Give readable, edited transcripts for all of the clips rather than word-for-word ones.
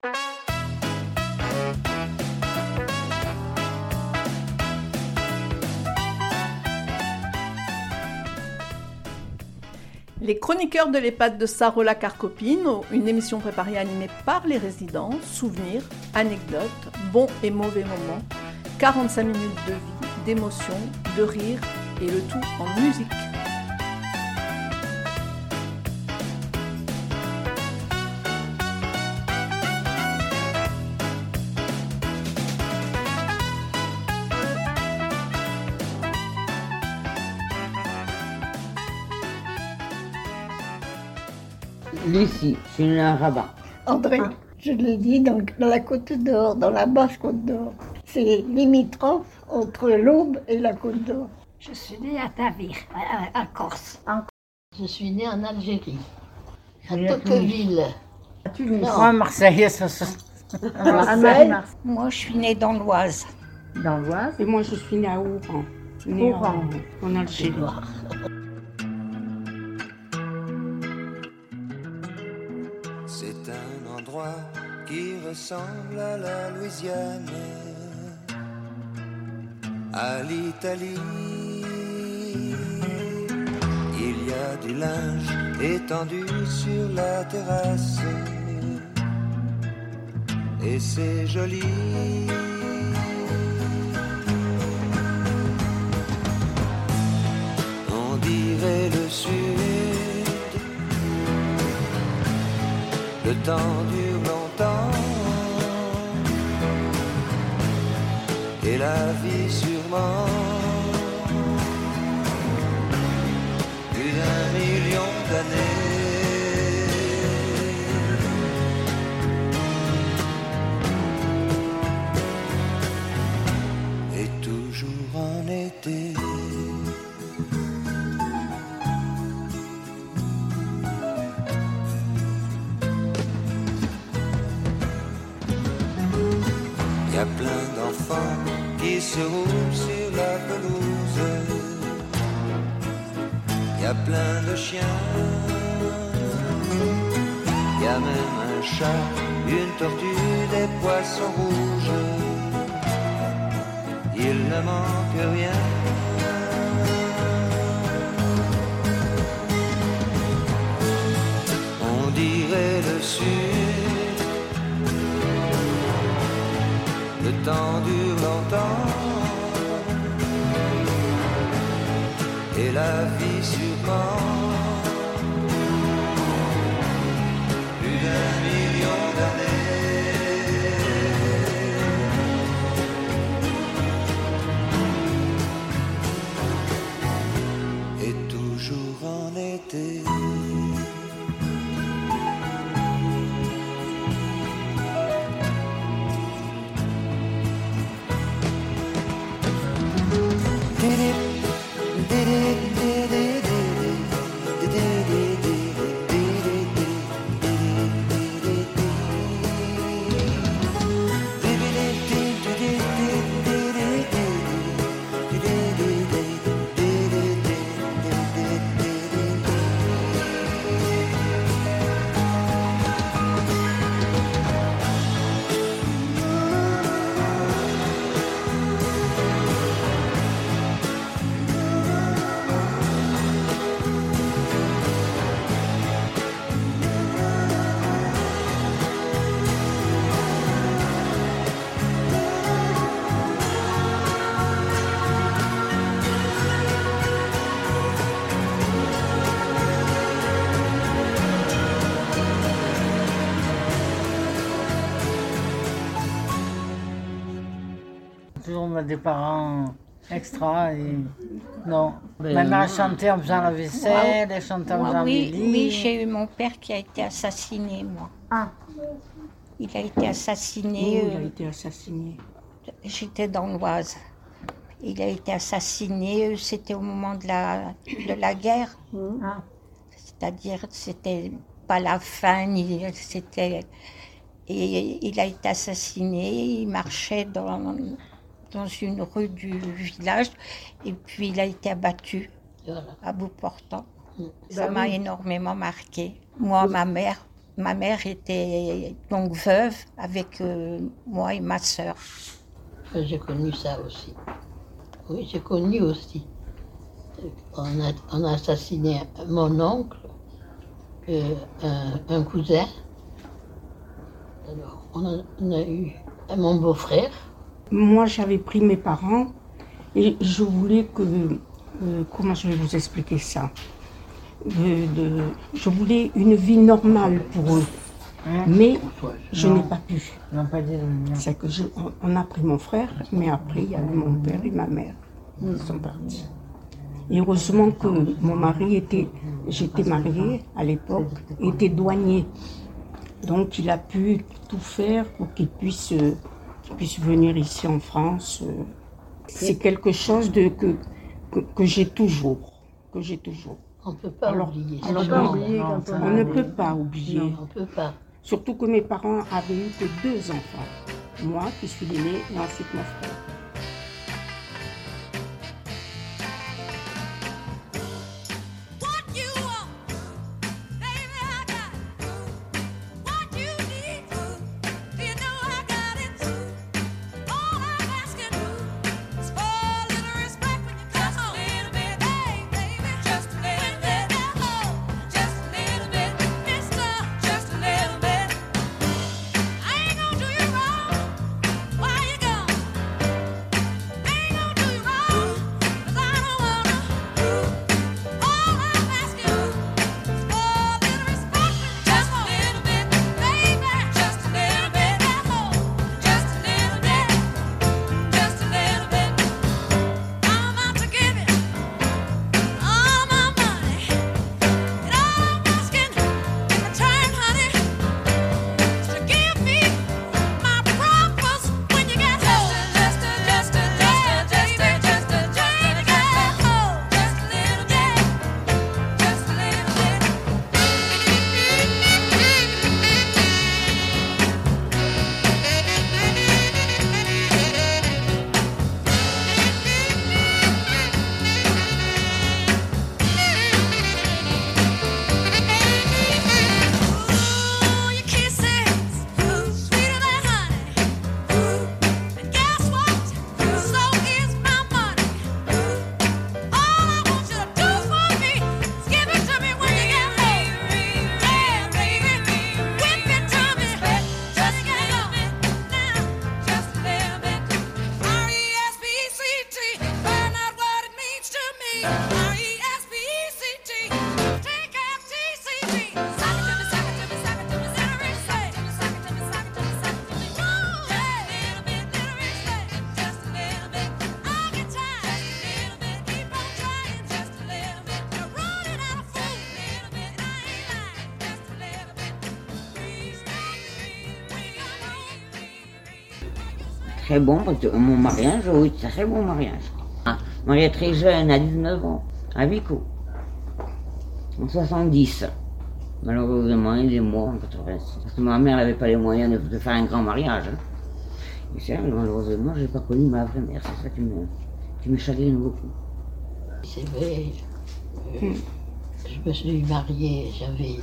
Les chroniqueurs de l'EHPAD de Sarola Carcopino, une émission préparée et animée par les résidents, souvenirs, anecdotes, bons et mauvais moments, 45 minutes de vie, d'émotion, de rire et le tout en musique. Lucie, je suis née à Rabat. André, je l'ai dit, donc dans la Côte d'Or, dans la basse Côte d'Or. C'est limitrophe entre l'Aube et la Côte d'Or. Je suis née à Tavir, à Corse. Je suis née en Algérie, à Tocqueville. À Tunis. Moi, à Marseille. À Marseille. Moi, je suis née dans l'Oise. Dans l'Oise. Et moi, je suis née à Oran. En Algérie. C'est un endroit qui ressemble à la Louisiane, à l'Italie. Il y a du linge étendu sur la terrasse, et c'est joli. On dirait le sud. Le temps dure longtemps, et la vie sûrement. Plus d'1 million d'années. Et toujours en été. Y a plein d'enfants qui se roulent sur la pelouse. Y a plein de chiens. Y a même un chat, une tortue, des poissons rouges. Il ne manque rien. On dirait le sud. Le temps dure longtemps, et la vie sûrement. Plus d'1 million d'années. Et toujours en été. Toujours des parents extra et non. Ma mère chantait en faisant la vaisselle, elle chantait en faisant des lits. Oui, j'ai eu mon père qui a été assassiné, moi. Ah. Il a été assassiné. Oui, il a été assassiné. J'étais dans l'Oise. Il a été assassiné, c'était au moment de la guerre. Ah. C'est-à-dire, c'était pas la fin, c'était... Et il a été assassiné, il marchait dans une rue du village, et puis il a été abattu à bout portant. Ça m'a énormément marqué. Moi, ma mère, Ma mère était donc veuve avec moi et ma sœur. J'ai connu ça aussi. Oui, j'ai connu aussi. On a assassiné mon oncle, un cousin. Alors, on a eu mon beau-frère. Moi, j'avais pris mes parents et je voulais que... comment je vais vous expliquer ça? Je voulais une vie normale pour eux. Mais je n'ai pas pu. C'est que on a pris mon frère, mais après il y a eu mon père et ma mère. Ils sont partis. Et heureusement que mon mari j'étais mariée à l'époque, était douanier. Donc il a pu tout faire pour qu'il puisse venir ici en France. C'est quelque chose que j'ai toujours. On ne peut pas oublier. On ne peut pas oublier. Non, on ne peut pas. Surtout que mes parents avaient eu que 2 enfants. Moi, qui suis l'aîné, et ensuite mon frère. Très bon, parce que mon mariage, oui, c'est un très bon mariage. Marié très jeune, à 19 ans, à Vico, en 70. Malheureusement, il est mort en 86. Parce que ma mère n'avait pas les moyens de faire un grand mariage. Et ça, malheureusement, je n'ai pas connu ma vraie mère. C'est ça qui me chagrine beaucoup. C'est vrai. Je me suis mariée, j'avais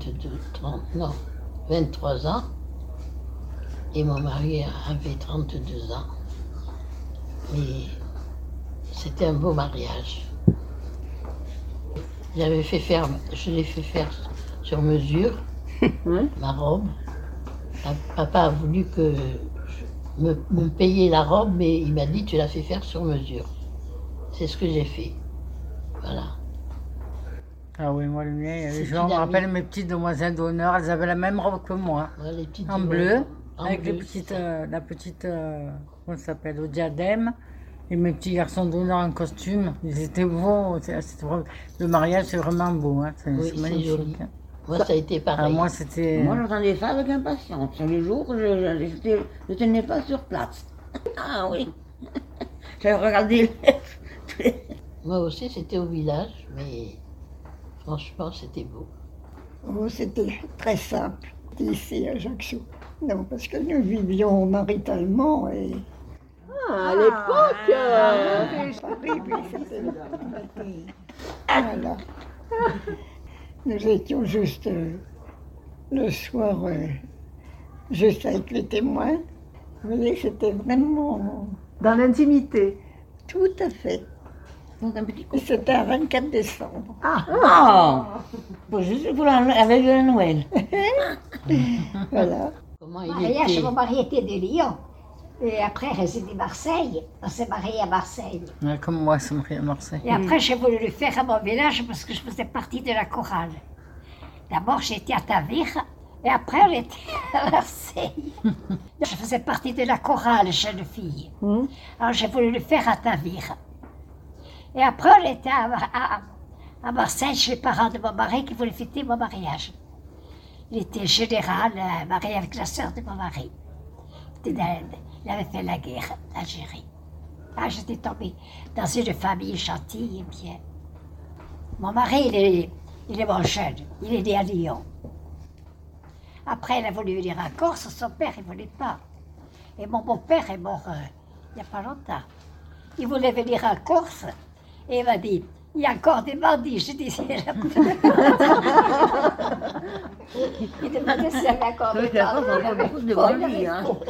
23 ans. Et mon mari avait 32 ans. Mais c'était un beau mariage. Je l'ai fait faire sur mesure, ma robe. Papa a voulu que me payer la robe, mais il m'a dit tu l'as fait faire sur mesure. C'est ce que j'ai fait. Voilà. Ah oui, moi le mien, je me rappelle mes petites demoiselles d'honneur, elles avaient la même robe que moi, Ouais, les petites en demoiselles. bleu, En avec bleu, la petite, comment ça s'appelle, au diadème, et mes petits garçons d'honneur en costume. Ils étaient beaux, le mariage c'est vraiment beau, hein. C'est Oui, c'est magnifique. joli. Moi ça a été pareil. Ah, moi c'était... Moi, j'entendais ça avec impatience. Sur les jours, je ne tenais pas sur place. Ah oui. J'avais regardé Moi aussi c'était au village, mais franchement c'était beau. Oh, c'était très simple ici à Ajaccio. Non, parce que nous vivions maritalement et... Ah, à l'époque Paris, oui, c'était... Voilà. Nous étions juste le soir, juste avec les témoins. Vous voyez, c'était vraiment... Dans l'intimité. Tout à fait. Et c'était un 24 décembre. Pour juste pour avec le Noël. Voilà. Comment il Mariage, était? mon mari était de Lyon. Et après, résidait à Marseille. On s'est mariés à Marseille. Ouais, comme moi, c'est marié à Marseille. Et après, j'ai voulu le faire à mon village parce que je faisais partie de la chorale. D'abord, j'étais à Tavire. Et après, on était à Marseille. Je faisais partie de la chorale, jeune fille. Alors, j'ai voulu le faire à Tavire. Et après, on était à Marseille, chez les parents de mon mari qui voulaient fêter mon mariage. Il était général, marié avec la sœur de mon mari. Il avait fait la guerre d'Algérie. J'étais tombée dans une famille gentille et bien. Mon mari, il est bon jeune. Il est né à Lyon. Après, il a voulu venir en Corse, son père, il ne voulait pas. Et mon beau-père est mort il n'y a pas longtemps. Il voulait venir en Corse et il m'a dit, il y a encore des bandits. Je dis, il demandait s'il y avait encore des bandits.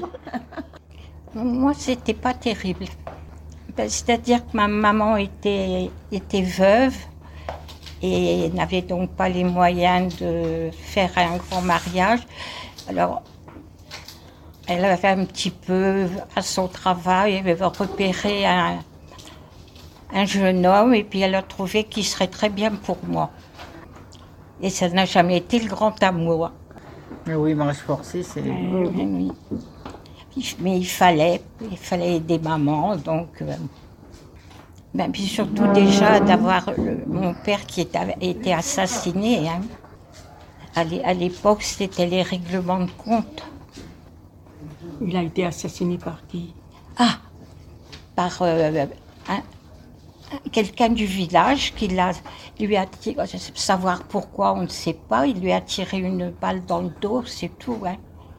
Moi, c'était pas terrible. C'est-à-dire que ma maman était veuve et n'avait donc pas les moyens de faire un grand mariage. Alors, elle avait un petit peu, à son travail, elle avait repéré un jeune homme et puis elle a trouvé qu'il serait très bien pour moi. Et ça n'a jamais été le grand amour. Mais oui, mariage forcé, c'est... Oui. Mais il fallait aider maman, donc... puis surtout déjà d'avoir mon père qui était assassiné. Hein. À l'époque, c'était les règlements de compte. Il a été assassiné par qui? Par quelqu'un du village qui lui a tiré, savoir pourquoi, on ne sait pas, il lui a tiré une balle dans le dos, c'est tout. Hein.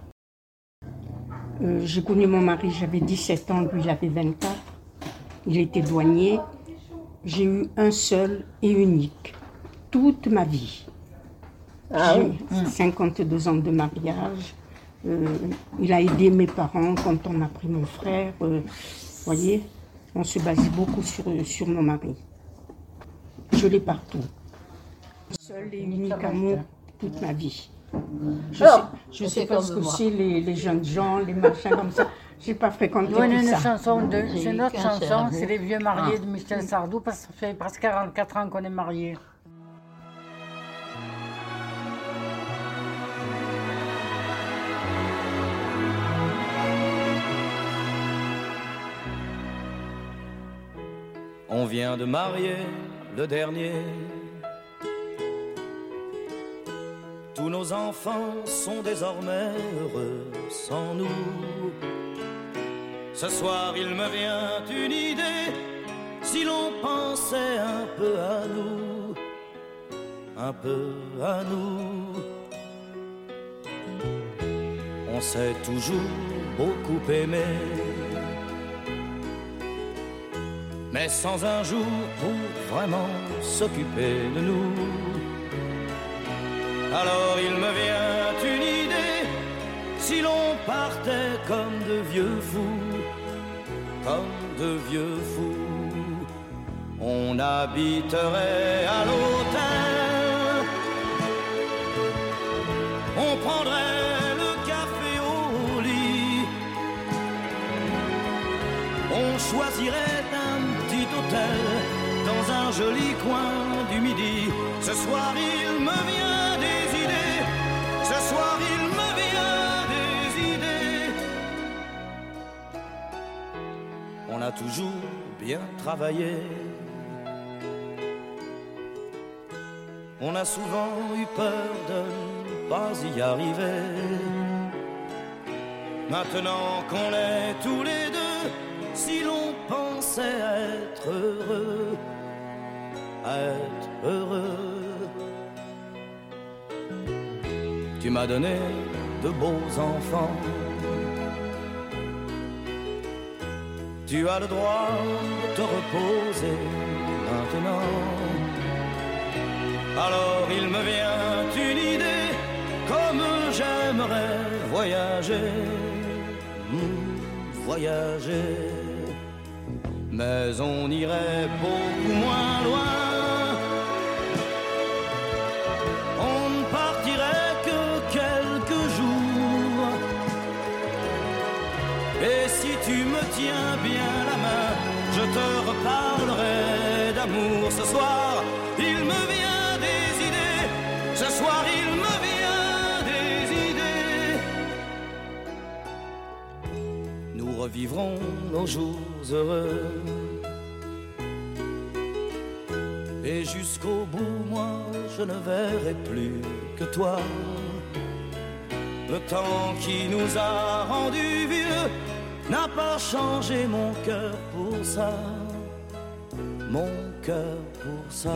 J'ai connu mon mari, j'avais 17 ans, lui il avait 24. Il était douanier. J'ai eu un seul et unique, toute ma vie. J'ai eu 52 ans de mariage. Il a aidé mes parents quand on a pris mon frère. Voyez, on se basait beaucoup sur mon mari. Je l'ai partout. Seul et unique amour toute ma vie. Je sais pas ce que c'est les jeunes gens, les machins comme ça. J'ai pas fréquenté tout ça. C'est notre chanson, c'est les vieux mariés de Michel Sardou, parce que ça fait presque 44 ans qu'on est mariés. On vient de marier le dernier. Tous nos enfants sont désormais heureux sans nous. Ce soir il me vient une idée, si l'on pensait un peu à nous, un peu à nous. On s'est toujours beaucoup aimé, mais sans un jour pour vraiment s'occuper de nous. Alors il me vient une idée, si l'on partait comme de vieux fous, comme de vieux fous, on habiterait à l'hôtel, on prendrait le café au lit, on choisirait un petit hôtel dans un joli coin du Midi. Ce soir il me vient des idées, ce soir il me vient des idées. On a toujours bien travaillé, on a souvent eu peur de ne pas y arriver. Maintenant qu'on est tous les deux, si l'on pensait être heureux, être heureux. Tu m'as donné de beaux enfants, tu as le droit de te reposer maintenant. Alors il me vient une idée, comme j'aimerais voyager, voyager. Mais on irait beaucoup moins loin. On ne partirait que quelques jours. Et si tu me tiens bien la main, je te reparlerai d'amour. Ce soir, il me vient des idées. Ce soir, il me vient des idées. Nous revivrons nos jours heureux. Et jusqu'au bout, moi, je ne verrai plus que toi. Le temps qui nous a rendus vieux n'a pas changé mon cœur pour ça, mon cœur pour ça.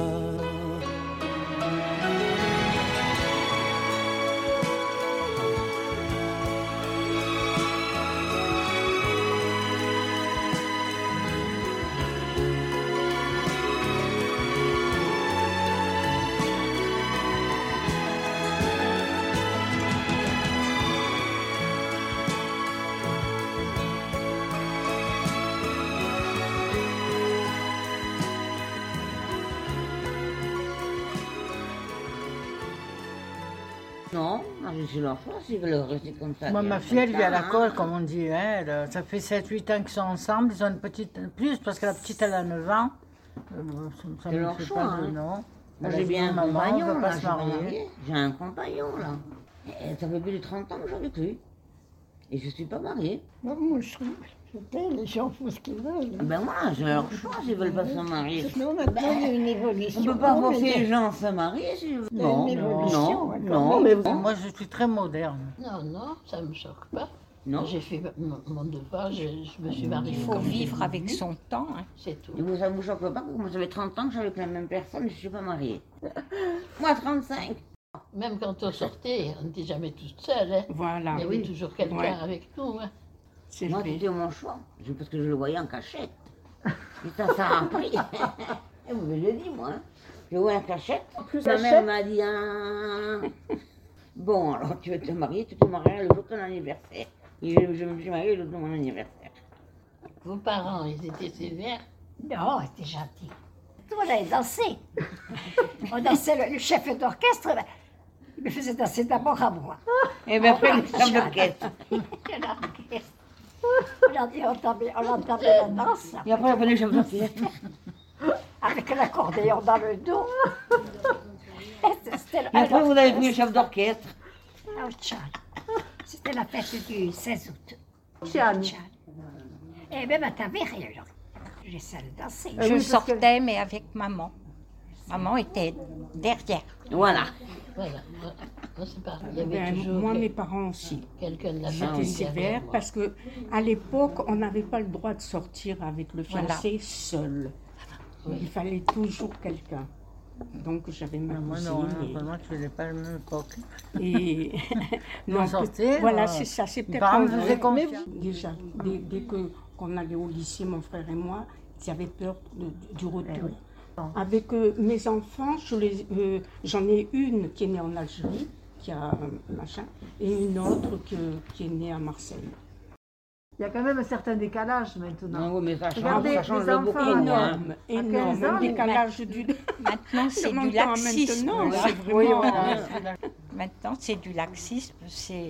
Non, je suis leur choix s'ils veulent rester comme ça. Moi, ma fille, elle vit à la colle, comme on dit. Hein, ça fait 7-8 ans qu'ils sont ensemble. Ils ont une petite plus, parce que la petite, elle a 9 ans. Ça C'est me leur fait choix, pas hein. de non. Moi, j'ai bien un compagnon, veut là, pas je se suis pas marier. mariée. J'ai un compagnon, là. Et ça fait plus de 30 ans que j'en ai plus. Et je suis pas mariée. Moi, je trouve que les gens font ce qu'ils veulent. Ben voilà, j'ai leur choix s'ils veulent pas se marier. Sinon, maintenant, il y a une évolution. On peut pas Non, mais forcer il y a- les gens à se marier s'ils veulent. Il y a une évolution, hein, quand non, même. mais bon. Moi, je suis très moderne. Non, non, ça ne me choque pas. Non. J'ai fait mon devoir, je me suis mariée. Il faut comme j'ai vivre avec voulu. son temps. Hein. C'est tout. Et vous, ça ne vous choque pas que moi, ça fait 30 ans que je suis avec la même personne et je ne suis pas mariée. Moi, 35. Même quand on sortait, on n'était jamais toute seule. Hein. Voilà. Il y avait toujours quelqu'un Ouais. avec nous. Hein. C'est Moi, vrai. c'était mon choix. Parce que je le voyais en cachette. Et ça a appris. Et vous je le dis, moi. hein. Je le voyais en cachette. Ma mère m'a dit, ah. Bon, alors tu veux te marier, tu te marieras le jour de ton anniversaire. Et je me suis mariée le jour de mon anniversaire. Vos parents, ils étaient sévères. Non, c'était gentil. On allait danser. On dansait, le chef d'orchestre, il me faisait danser d'abord à moi. Et bien après, les chambres d'orchestre. L'orchestre. On entendait la danse Et après, après les chambres d'orchestre. avec l'accordéon dans le dos. C'était Et après, vous avez pris le chef d'orchestre. au Tchad. C'était la fête du 16 août. Tchad. Et même à Tavire, j'ai ça de danser. Je sortais, mais avec maman. Maman était derrière. Voilà. Voilà. Moi, c'est pareil. Il y avait Ben, toujours moi, mes parents aussi. quelqu'un de la J'étais famille sévère derrière moi. parce que à l'époque, on n'avait pas le droit de sortir avec le Voilà. fiancé seul. Il fallait toujours quelqu'un. Donc j'avais ma Moi, cousine. non, vraiment, je ne faisais pas à la même époque. Et Nous, on sortait, voilà, c'est ça, c'est mes peut-être parents un me faisaient vrai. confiance. Déjà, dès qu'on allait au lycée, mon frère et moi, ils avaient peur du retour. Avec mes enfants, j'en ai une qui est née en Algérie, qui a machin, et une autre qui est née à Marseille. Il y a quand même un certain décalage maintenant. Non, oui, mais ça change, Regardez, ça change les enfants, beaucoup. hein. Énorme, énorme. 15 ans, Un décalage du... Maintenant, c'est du Maintenant, laxisme. maintenant, là. c'est Oui, vraiment... voilà. Maintenant, c'est du laxisme. C'est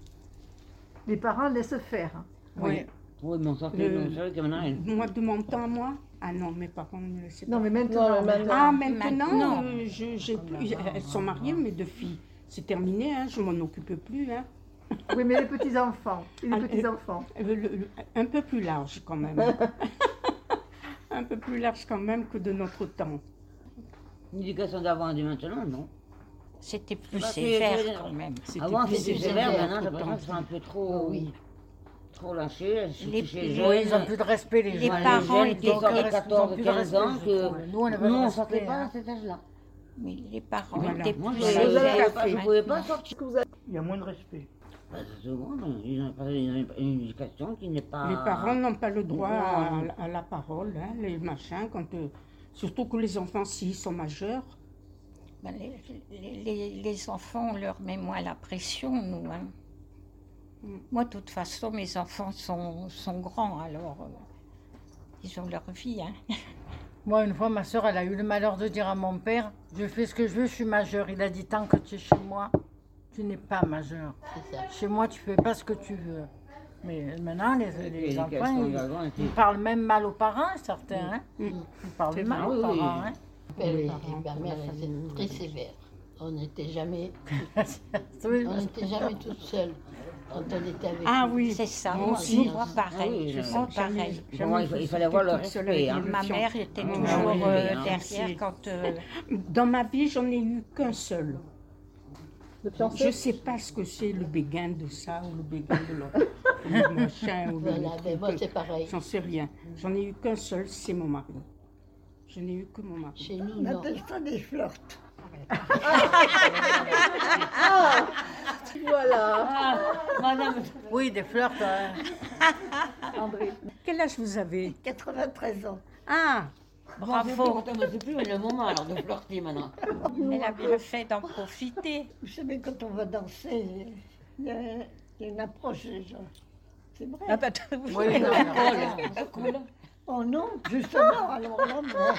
Les parents laissent faire. Oui. Oui, mais on sortait, c'est vrai que maintenant, Moi, de mon temps, moi, ah non, mes parents ne me laissaient pas. Non, mais maintenant. Ah, maintenant, Maintenant. j'ai plus... Elles sont mariées, mes deux filles. C'est terminé, hein, je m'en occupe plus. Hein. Oui, mais les petits-enfants. Et les Ah, petits-enfants. Un peu plus large quand même. Un peu plus large quand même que de notre temps. l'éducation d'avant et de maintenant, non. c'était plus Bah, sévère c'est- quand même. Avant, plus c'était sévère, sévère, maintenant, tout j'ai le l'impression temps. que c'est un peu trop, Oui. trop lâché. Les- Chez Oui, jeunes, ils n'ont plus de respect, les Les gens. parents les étaient- jeunes qui sortent Ils de ont 14, plus de 15 ans, respect, je trouve. Nous, on avait nous, le on ne respect, sortait pas hein. à cet âge-là. Mais les parents Voilà. étaient Moi, plus je Vous ne avez sévères. pouvais pas maintenant. sortir. Il y a moins de respect. Bah, souvent, ils ont une éducation qui n'est pas... Les parents n'ont pas le droit Non. à la parole, hein, les machins, surtout que les enfants, s'ils sont majeurs, Ben, les enfants, on leur met moins la pression, nous. Hein. Moi, de toute façon, mes enfants sont grands, alors ils ont leur vie. Hein. Moi, une fois, ma soeur, elle a eu le malheur de dire à mon père, je fais ce que je veux, je suis majeure. Il a dit, tant que tu es chez moi, tu n'es pas majeure. Chez moi, tu fais pas ce que tu veux. Mais maintenant, les enfants, ils parlent même mal aux parents, certains. Hein. Ils parlent mal aux parents. Hein. Ma mère était très sévère. On n'était jamais toutes seules quand on était avec Ah nous. oui, c'est ça. Moi aussi, moi pareil. Je sens pareil. Il fallait avoir le respect. Ma mère était toujours derrière quand... Dans ma vie, j'en ai eu qu'un seul. Je ne sais pas ce que c'est le béguin de ça ou le béguin de l'autre. Le machin ou le moi, c'est pareil. J'en sais rien. J'en ai eu qu'un seul, c'est mon mari. Je n'ai eu que mon mari. Chez nous, On appelle ça des flirts. Voilà. Madame. Oui, des flirts. André. Quel âge vous avez? 93 ans. Ah, Bravo. C'est plus le moment alors de flirter maintenant. Elle a bien fait d'en profiter. Vous savez, quand on va danser, il y a une approche des gens. C'est vrai. ah bah, Oui, Oh non, justement, alors là, moi.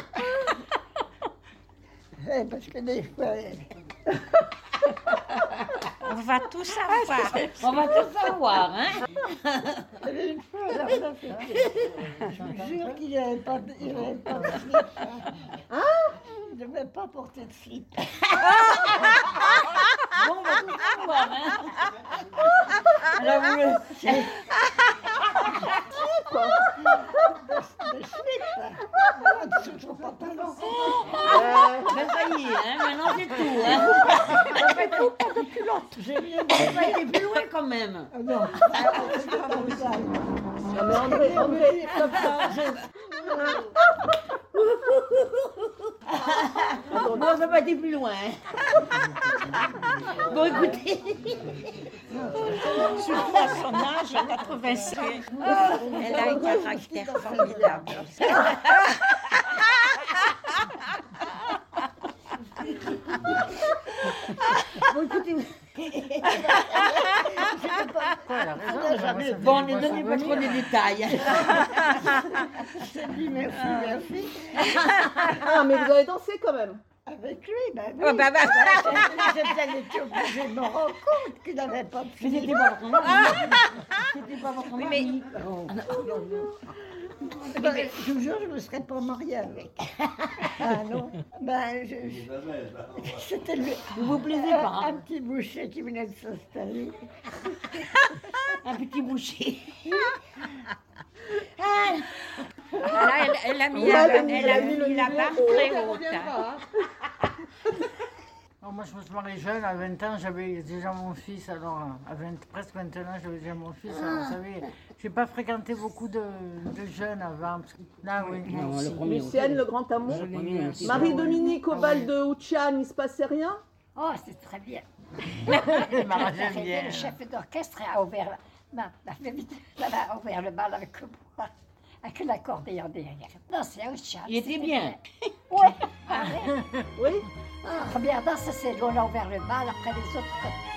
Parce que des fois, On va tout savoir. On va tout savoir, hein. il y avait une fois, alors là, je vous jure qu'il n'y avait pas de slip. Hein? Il ne devait pas porter de slip. Bon, on va tout savoir, hein. Alors, vous le... Des slips. Sous son pantalon. Ben ça y est, hein. Maintenant c'est tout, hein. J'ai mis un On va aller plus loin quand même. Ah non, c'est pas comme ça. Non, mais André, comme ça, Non, on va pas aller plus loin. Hein. Bon, écoutez. surtout à son âge, à 85. Elle a un caractère formidable. Bon, écoutez. Bon, on ne donne pas trop de détails. J'ai dit merci. Ah, mais vous avez dansé quand même. Avec lui, ben oui. Oh, bah. J'étais obligée de me rendre compte qu'il n'avait pas de Mais slip. c'était pas votre mari. C'était pas votre mari. Ben, je vous jure, je ne me serais pas mariée avec. Ah non. Ben, c'était lui. Vous vous plaisez pas, hein. Un petit boucher qui venait de s'installer. Un petit boucher. Là, elle a mis la barre très haute. Hein. Alors, moi, je me suis mariée jeune, à 20 ans, j'avais déjà mon fils. Alors, à presque 21 ans, j'avais déjà mon fils. Alors, vous savez, je n'ai pas fréquenté beaucoup de jeunes avant. Parce que, là, oui. Non, le premier Lucienne, le grand amour. Marie-Dominique au bal de Ouchan, il ne se passait rien? Oh, c'est très bien. J'aime bien. Le chef d'orchestre a ouvert, a ouvert le bal avec moi, avec l'accordéon derrière. Non, c'est un chat. Il était bien. Oui. Ah, oui. Oui. La première danse, c'est l'on a ouvert le bal, après les autres.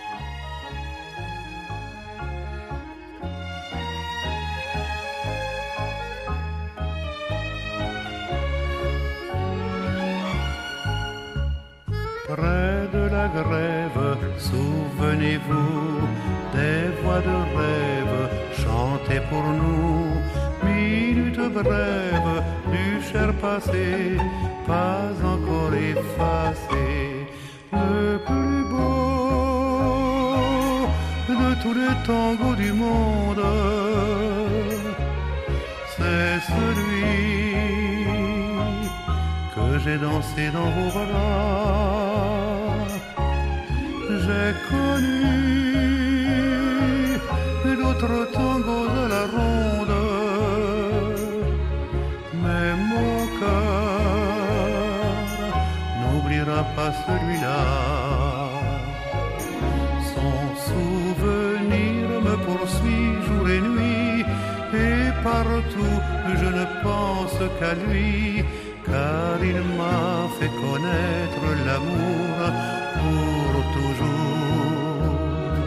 Près de la grève, souvenez-vous des voix de rêve chantées pour nous. Minute brève du cher passé, pas encore effacé. Le plus beau de tous les tangos du monde, c'est celui que j'ai dansé dans vos bras. J'ai connu d'autres tangos à la ronde, mais mon cœur n'oubliera pas celui-là. Son souvenir me poursuit jour et nuit, et partout je ne pense qu'à lui, car il m'a fait connaître l'amour pour toujours.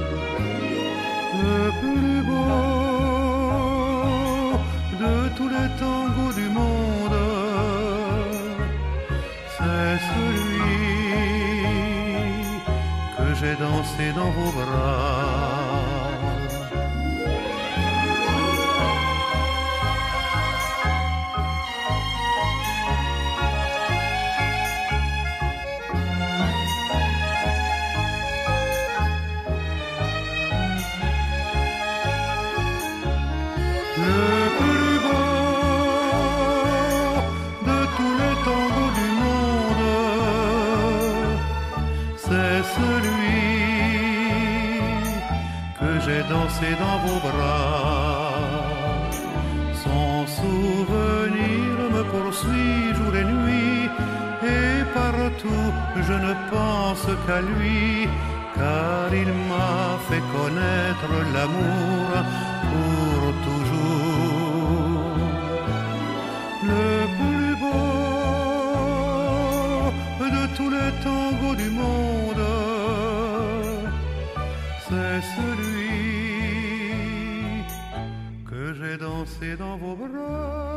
Le plus beau de tous les tangos du monde, c'est celui que j'ai dansé dans vos bras. Danser dans vos bras, son souvenir me poursuit jour et nuit, et partout je ne pense qu'à lui, car il m'a fait connaître l'amour pour toujours. Le plus beau de tous les tangos du monde, c'est celui que j'ai dansé dans vos bras.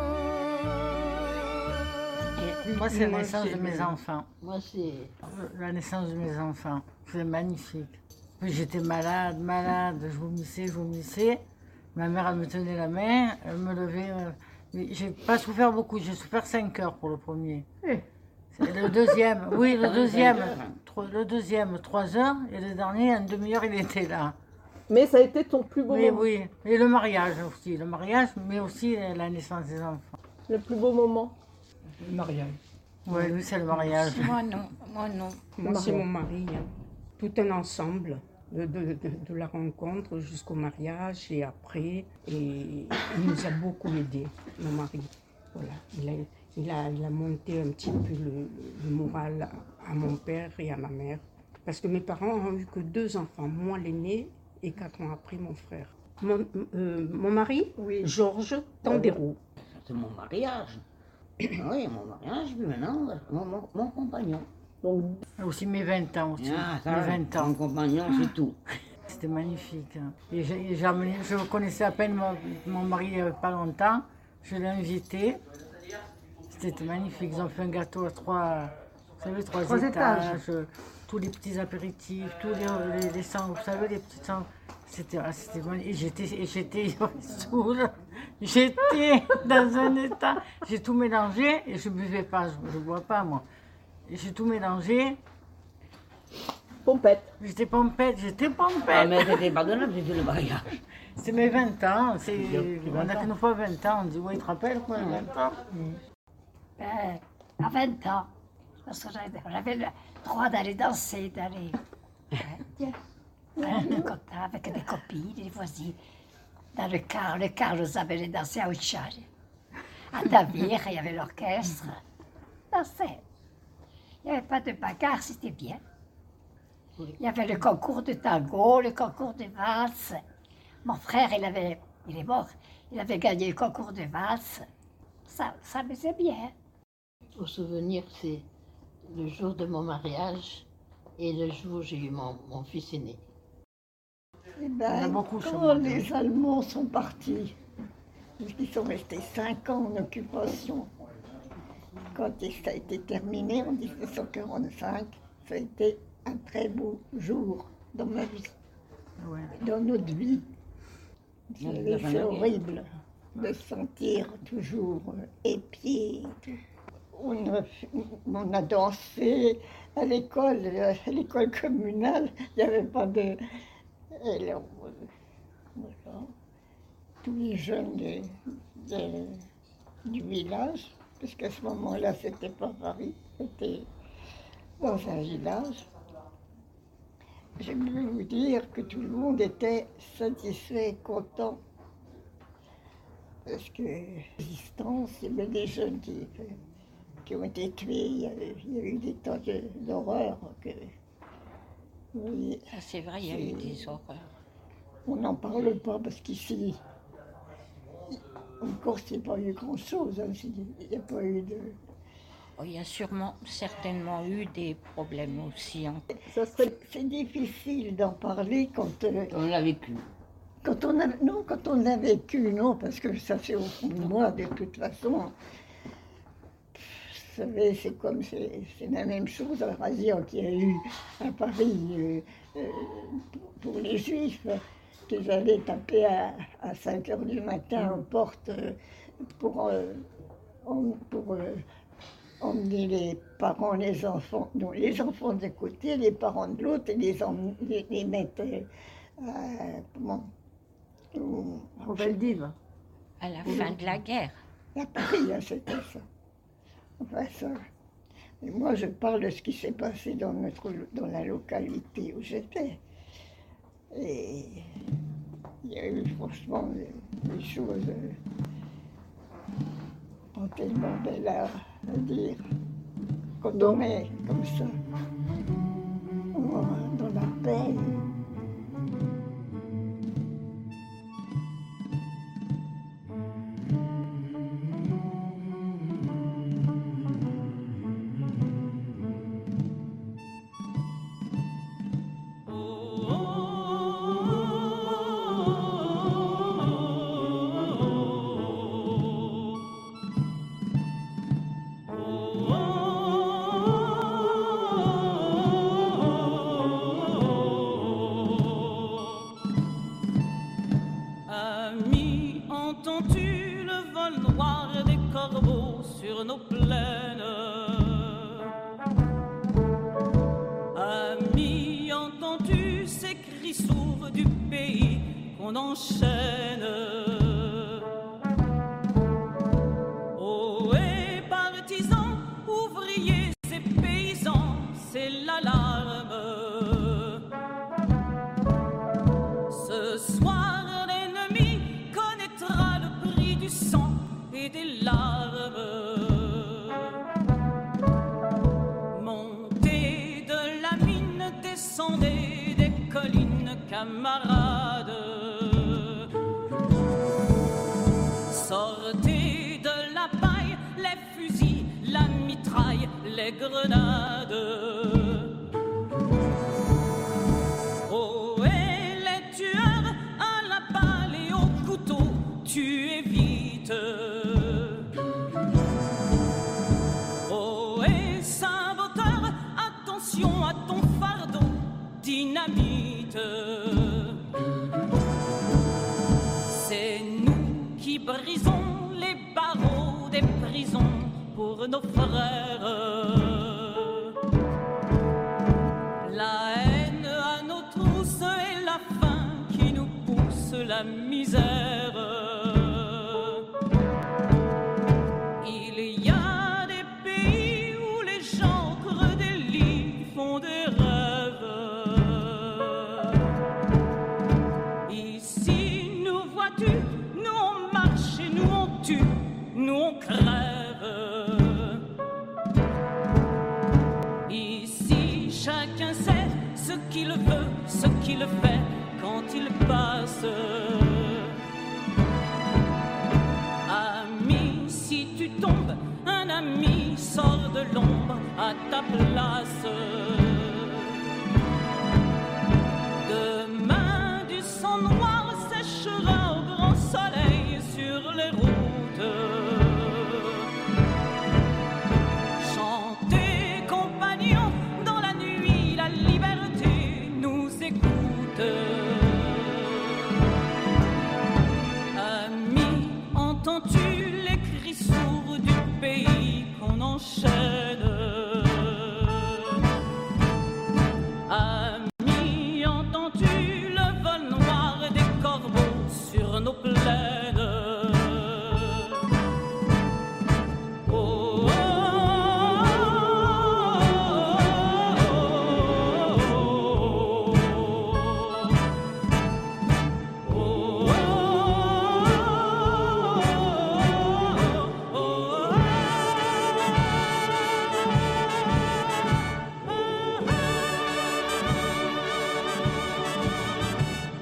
Moi, c'est la naissance de mes enfants. Moi, c'est la naissance de mes enfants. C'est magnifique. Puis j'étais malade, je vomissais. Ma mère, elle me tenait la main, elle me levait. Mais j'ai pas souffert beaucoup, j'ai souffert 5 heures pour le premier. Le deuxième, oui, le deuxième, 3 heures, et le dernier, une demi-heure, il était là. Mais ça a été ton plus beau moment. Oui, et le mariage aussi, mais aussi la naissance des enfants. Le plus beau moment? Le mariage. Oui, lui, c'est le mariage. Moi, non. Moi, c'est mon mari. Hein. Tout un ensemble de la rencontre jusqu'au mariage et après. Et il nous a beaucoup aidés, mon mari. Voilà. Il a monté un petit peu le moral à mon père et à ma mère. Parce que mes parents ont eu que 2 enfants, moi l'aîné et 4 ans après mon frère. Mon mari, oui. Georges Tandéroux. C'est mon mariage. Oui, mon mariage, puis maintenant, mon compagnon. Donc, aussi mes 20 ans aussi. Mes 20 ans. Mon compagnon, c'est tout. C'était magnifique. Et je connaissais à peine mon mari il n'y avait pas longtemps. Je l'ai invité. C'était magnifique. Ils ont fait un gâteau à 3 étages. Tous les petits apéritifs, tous les sangs, vous savez, les petits sangs. C'était magnifique. Et j'étais saoule. J'étais dans un état. J'ai tout mélangé et je ne buvais pas. Je ne bois pas, moi. Et j'ai tout mélangé. Pompette. J'étais pompette. Ah, mais c'était pardonnable, c'était le mariage. C'est mes 20 ans. On a qu'une fois 20 ans. On dit, oui, tu te rappelles quoi, 20 ans À 20 ans. Parce que j'avais le droit d'aller danser, avec des copines, des voisines. Dans le car, nous avait dansé à Ouchal. À Tavire, il y avait l'orchestre. Dansait. Il n'y avait pas de bagarre, c'était bien. Il y avait le concours de tango, le concours de valse. Mon frère, il est mort, il avait gagné le concours de valse. Ça me faisait bien. Au souvenir, c'est le jour de mon mariage et le jour où j'ai eu mon fils aîné. Eh ben, quand les Allemands sont partis, ils sont restés 5 ans en occupation. Quand ça a été terminé en 1945, ça a été un très beau jour dans ma vie, dans notre vie. C'est horrible de se sentir toujours épié. On a dansé à l'école communale, il n'y avait pas de... Alors, voilà. Tous les jeunes du village, parce qu'à ce moment-là, c'était pas Paris, c'était dans un village. Je peux vous dire que tout le monde était satisfait et content. Parce que l'existence, il y avait des jeunes qui ont été tués, il y a eu des temps d'horreur. Oui, c'est vrai, il y a eu des horreurs. On n'en parle pas parce qu'ici, en Corse, il n'y a pas eu grand-chose. Hein, il n'y a pas eu de... Il y a certainement eu des problèmes aussi. Hein. C'est difficile d'en parler quand on l'a vécu. Quand on l'a vécu, non, parce que ça c'est au fond de moi, de toute façon. Vous savez, c'est la même chose à la razzia qu'il y a eu à Paris pour les Juifs, qu'ils allaient taper à 5 h du matin aux portes pour emmener les parents, les enfants, non, les enfants d'un côté, les parents de l'autre, et les mettre au Veldiv. À la fin de la guerre. À Paris, hein, c'était ça. Enfin, ça. Et moi, je parle de ce qui s'est passé dans la localité où j'étais. Et il y a eu franchement des choses pas tellement belles à dire. Quand on est comme ça, dans la paix.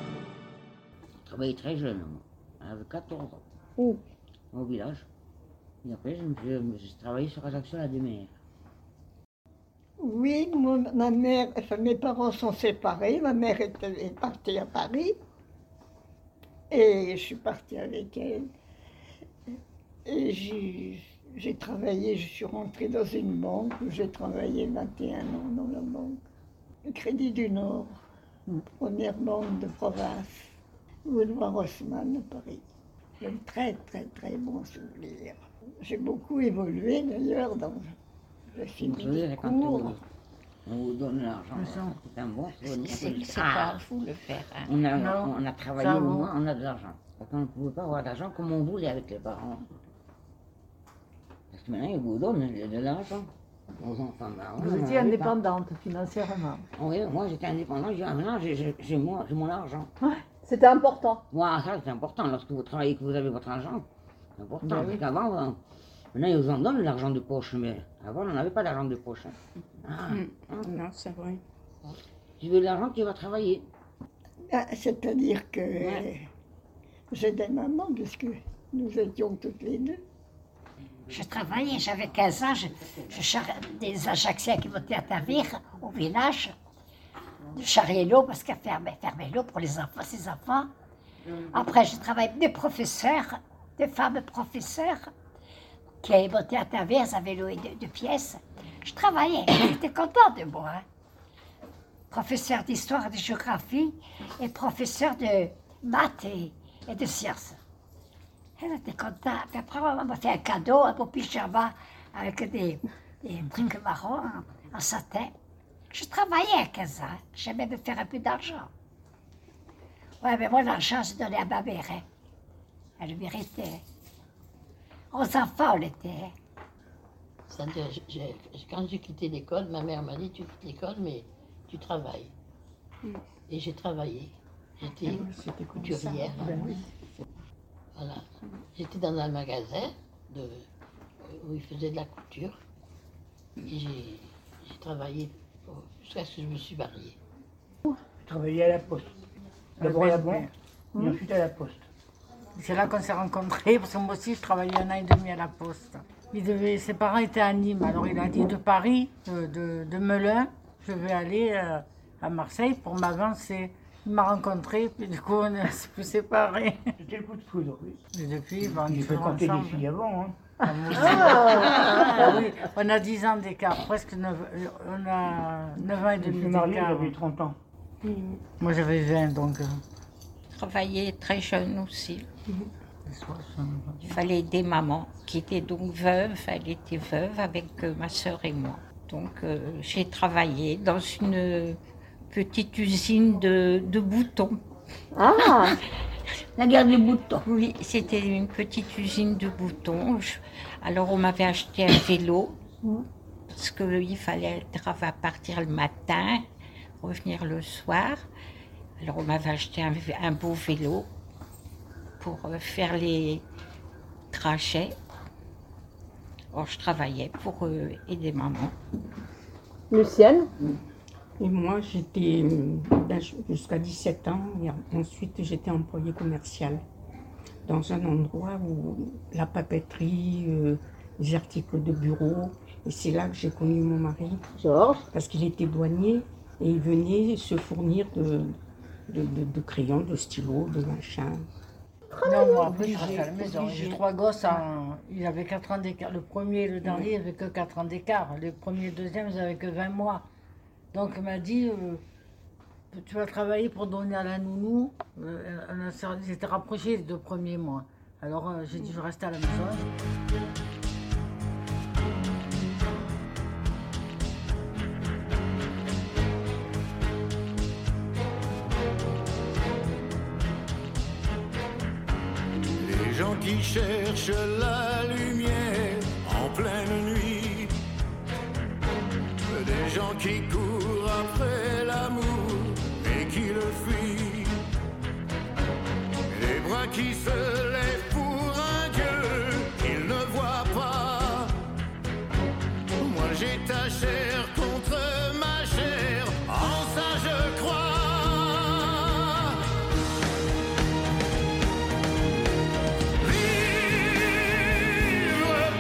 Très jeune, moi. Elle avait 14 ans. Où? Au village. Et après, j'ai travaillé sur Ajaccio à la Demer. Oui, ma mère, enfin, mes parents sont séparés. Ma mère est partie à Paris. Et je suis partie avec elle. Et j'ai travaillé, je suis rentrée dans une banque où j'ai travaillé 21 ans dans la banque. Le Crédit du Nord, première banque de province, boulevard Haussmann à Paris. J'ai un très très très bon souvenir. J'ai beaucoup évolué d'ailleurs dans le film de cours. On vous donne l'argent, c'est un bon souvenir. C'est pas à vous le faire. Hein. On a travaillé au moins, on a de l'argent. Parce qu'on ne pouvait pas avoir d'argent comme on voulait avec les parents. Parce que maintenant, ils vous donnent de l'argent. Aux enfants. Vous étiez indépendante financièrement. Oui, moi j'étais indépendante. Maintenant, j'ai mon argent. Ouais, c'était important. Moi, ça c'est important. Lorsque vous travaillez et que vous avez votre argent, c'est important. Parce qu'avant, maintenant, ils vous en donnent l'argent de poche. Mais avant, on n'avait pas d'argent de poche. Non, c'est vrai. Tu veux de l'argent, tu vas travailler. C'est-à-dire que j'étais maman, puisque nous étions toutes les deux. Je travaillais, j'avais 15 ans, je charriais des Ajacciens qui montaient à Tavir, au village. Je charriais l'eau parce qu'elle fermait l'eau pour les enfants, ses enfants. Après, je travaillais avec des professeurs, des femmes professeurs qui montaient à Tavir, elles avaient loué deux pièces. Je travaillais, j'étais contente de moi. Hein. Professeur d'histoire et de géographie et professeur de maths et de sciences. Elle était contente. Puis après, on m'a fait un cadeau, un beau pyjama avec des trucs marrons en satin. Je travaillais à 15 ans. J'aimais me faire un peu d'argent. Ouais, mais moi, l'argent, je donnais à ma mère. Hein. Elle le méritait. 11 enfants, on était. Quand j'ai quitté l'école, ma mère m'a dit, tu quittes l'école, mais tu travailles. Et j'ai travaillé. J'étais couturière. Voilà. J'étais dans un magasin où ils faisaient de la couture. Et j'ai travaillé jusqu'à ce que je me suis mariée. Je travaillais à la poste. D'abord à la banque, et ensuite à la poste. C'est là qu'on s'est rencontrés, parce que moi aussi je travaillais 1 an et demi à la poste. Ses parents étaient à Nîmes, alors il a dit de Paris, de Melun, je vais aller à Marseille pour m'avancer. Il m'a rencontré, puis du coup on s'est plus séparés. C'était le coup de foudre, oui. Et depuis, on j'ai fréquenté des filles avant. Hein. Oui, on a 10 ans d'écart, presque 9, on a 9 ans et demi d'écart. Je suis marié, j'avais 30 ans. Moi j'avais 20, donc... Travaillais très jeune aussi. Il fallait aider maman, qui était donc veuve. Elle était veuve avec ma sœur et moi. Donc j'ai travaillé dans une petite usine de boutons. Ah, la guerre des boutons. Oui, c'était une petite usine de boutons. Alors on m'avait acheté un vélo, parce qu'il fallait à partir le matin, revenir le soir. Alors on m'avait acheté un beau vélo pour faire les trajets. Alors je travaillais pour aider maman. Lucienne? Et moi, j'étais jusqu'à 17 ans, et ensuite j'étais employée commerciale dans un endroit où la papeterie, les articles de bureau, et c'est là que j'ai connu mon mari. Georges? Parce qu'il était douanier et il venait se fournir de crayons, de stylos, de machins. Non, moi après je restais à la maison. J'ai 3 gosses, ils avaient 4 ans d'écart. Le premier et le dernier, ils n'avaient que 4 ans d'écart. Les premiers et le deuxième, ils n'avaient que 20 mois. Donc il m'a dit, tu vas travailler pour donner à la nounou. Ils étaient rapprochés les 2 premiers mois. Alors j'ai dit, je reste à la maison. Les gens qui cherchent la lumière en pleine nuit, des gens qui courent après l'amour et qui le fuient, des bras qui se lèvent pour un Dieu qu'ils ne voient pas. Moi j'ai ta chair contre ma chair, en ça je crois. Vivre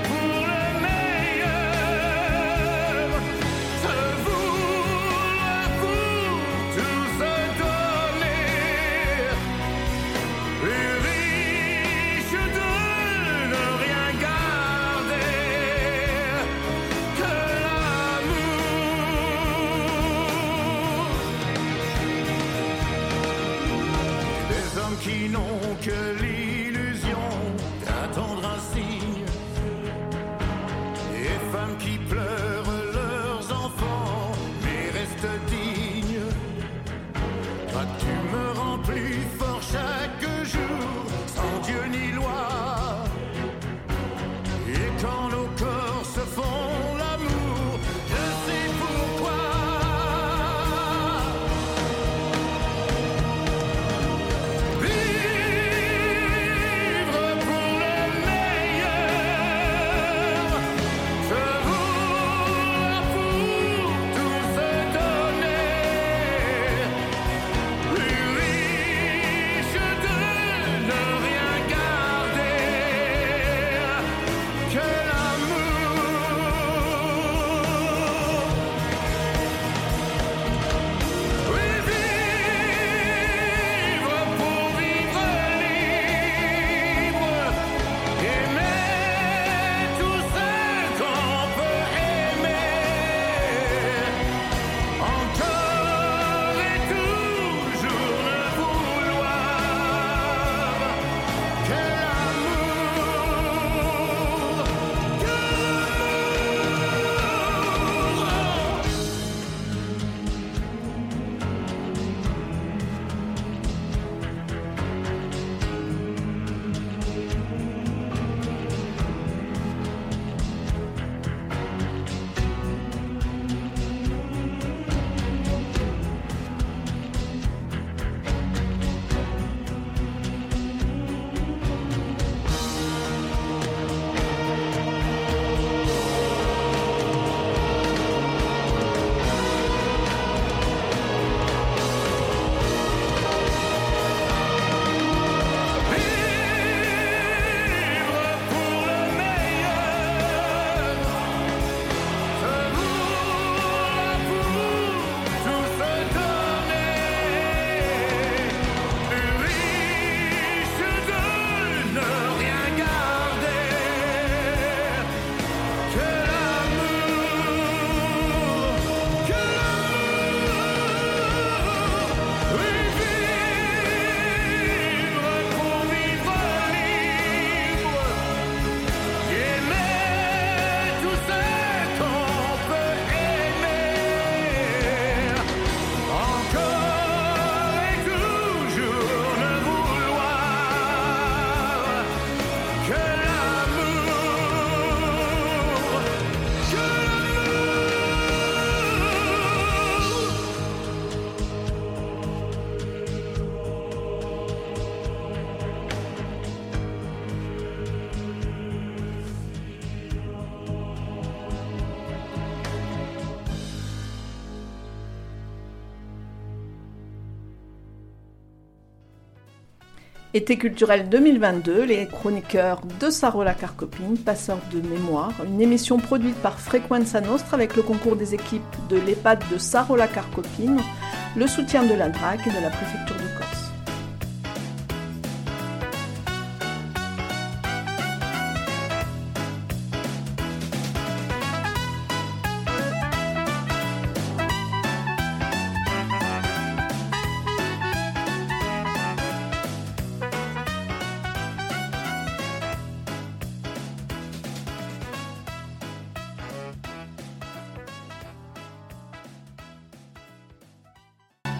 Été culturel 2022, les chroniqueurs de Saro-la-Carcopine, passeurs de mémoire, une émission produite par Frequenza Nostra avec le concours des équipes de l'EHPAD de Saro-la-Carcopine, le soutien de la DRAC et de la préfecture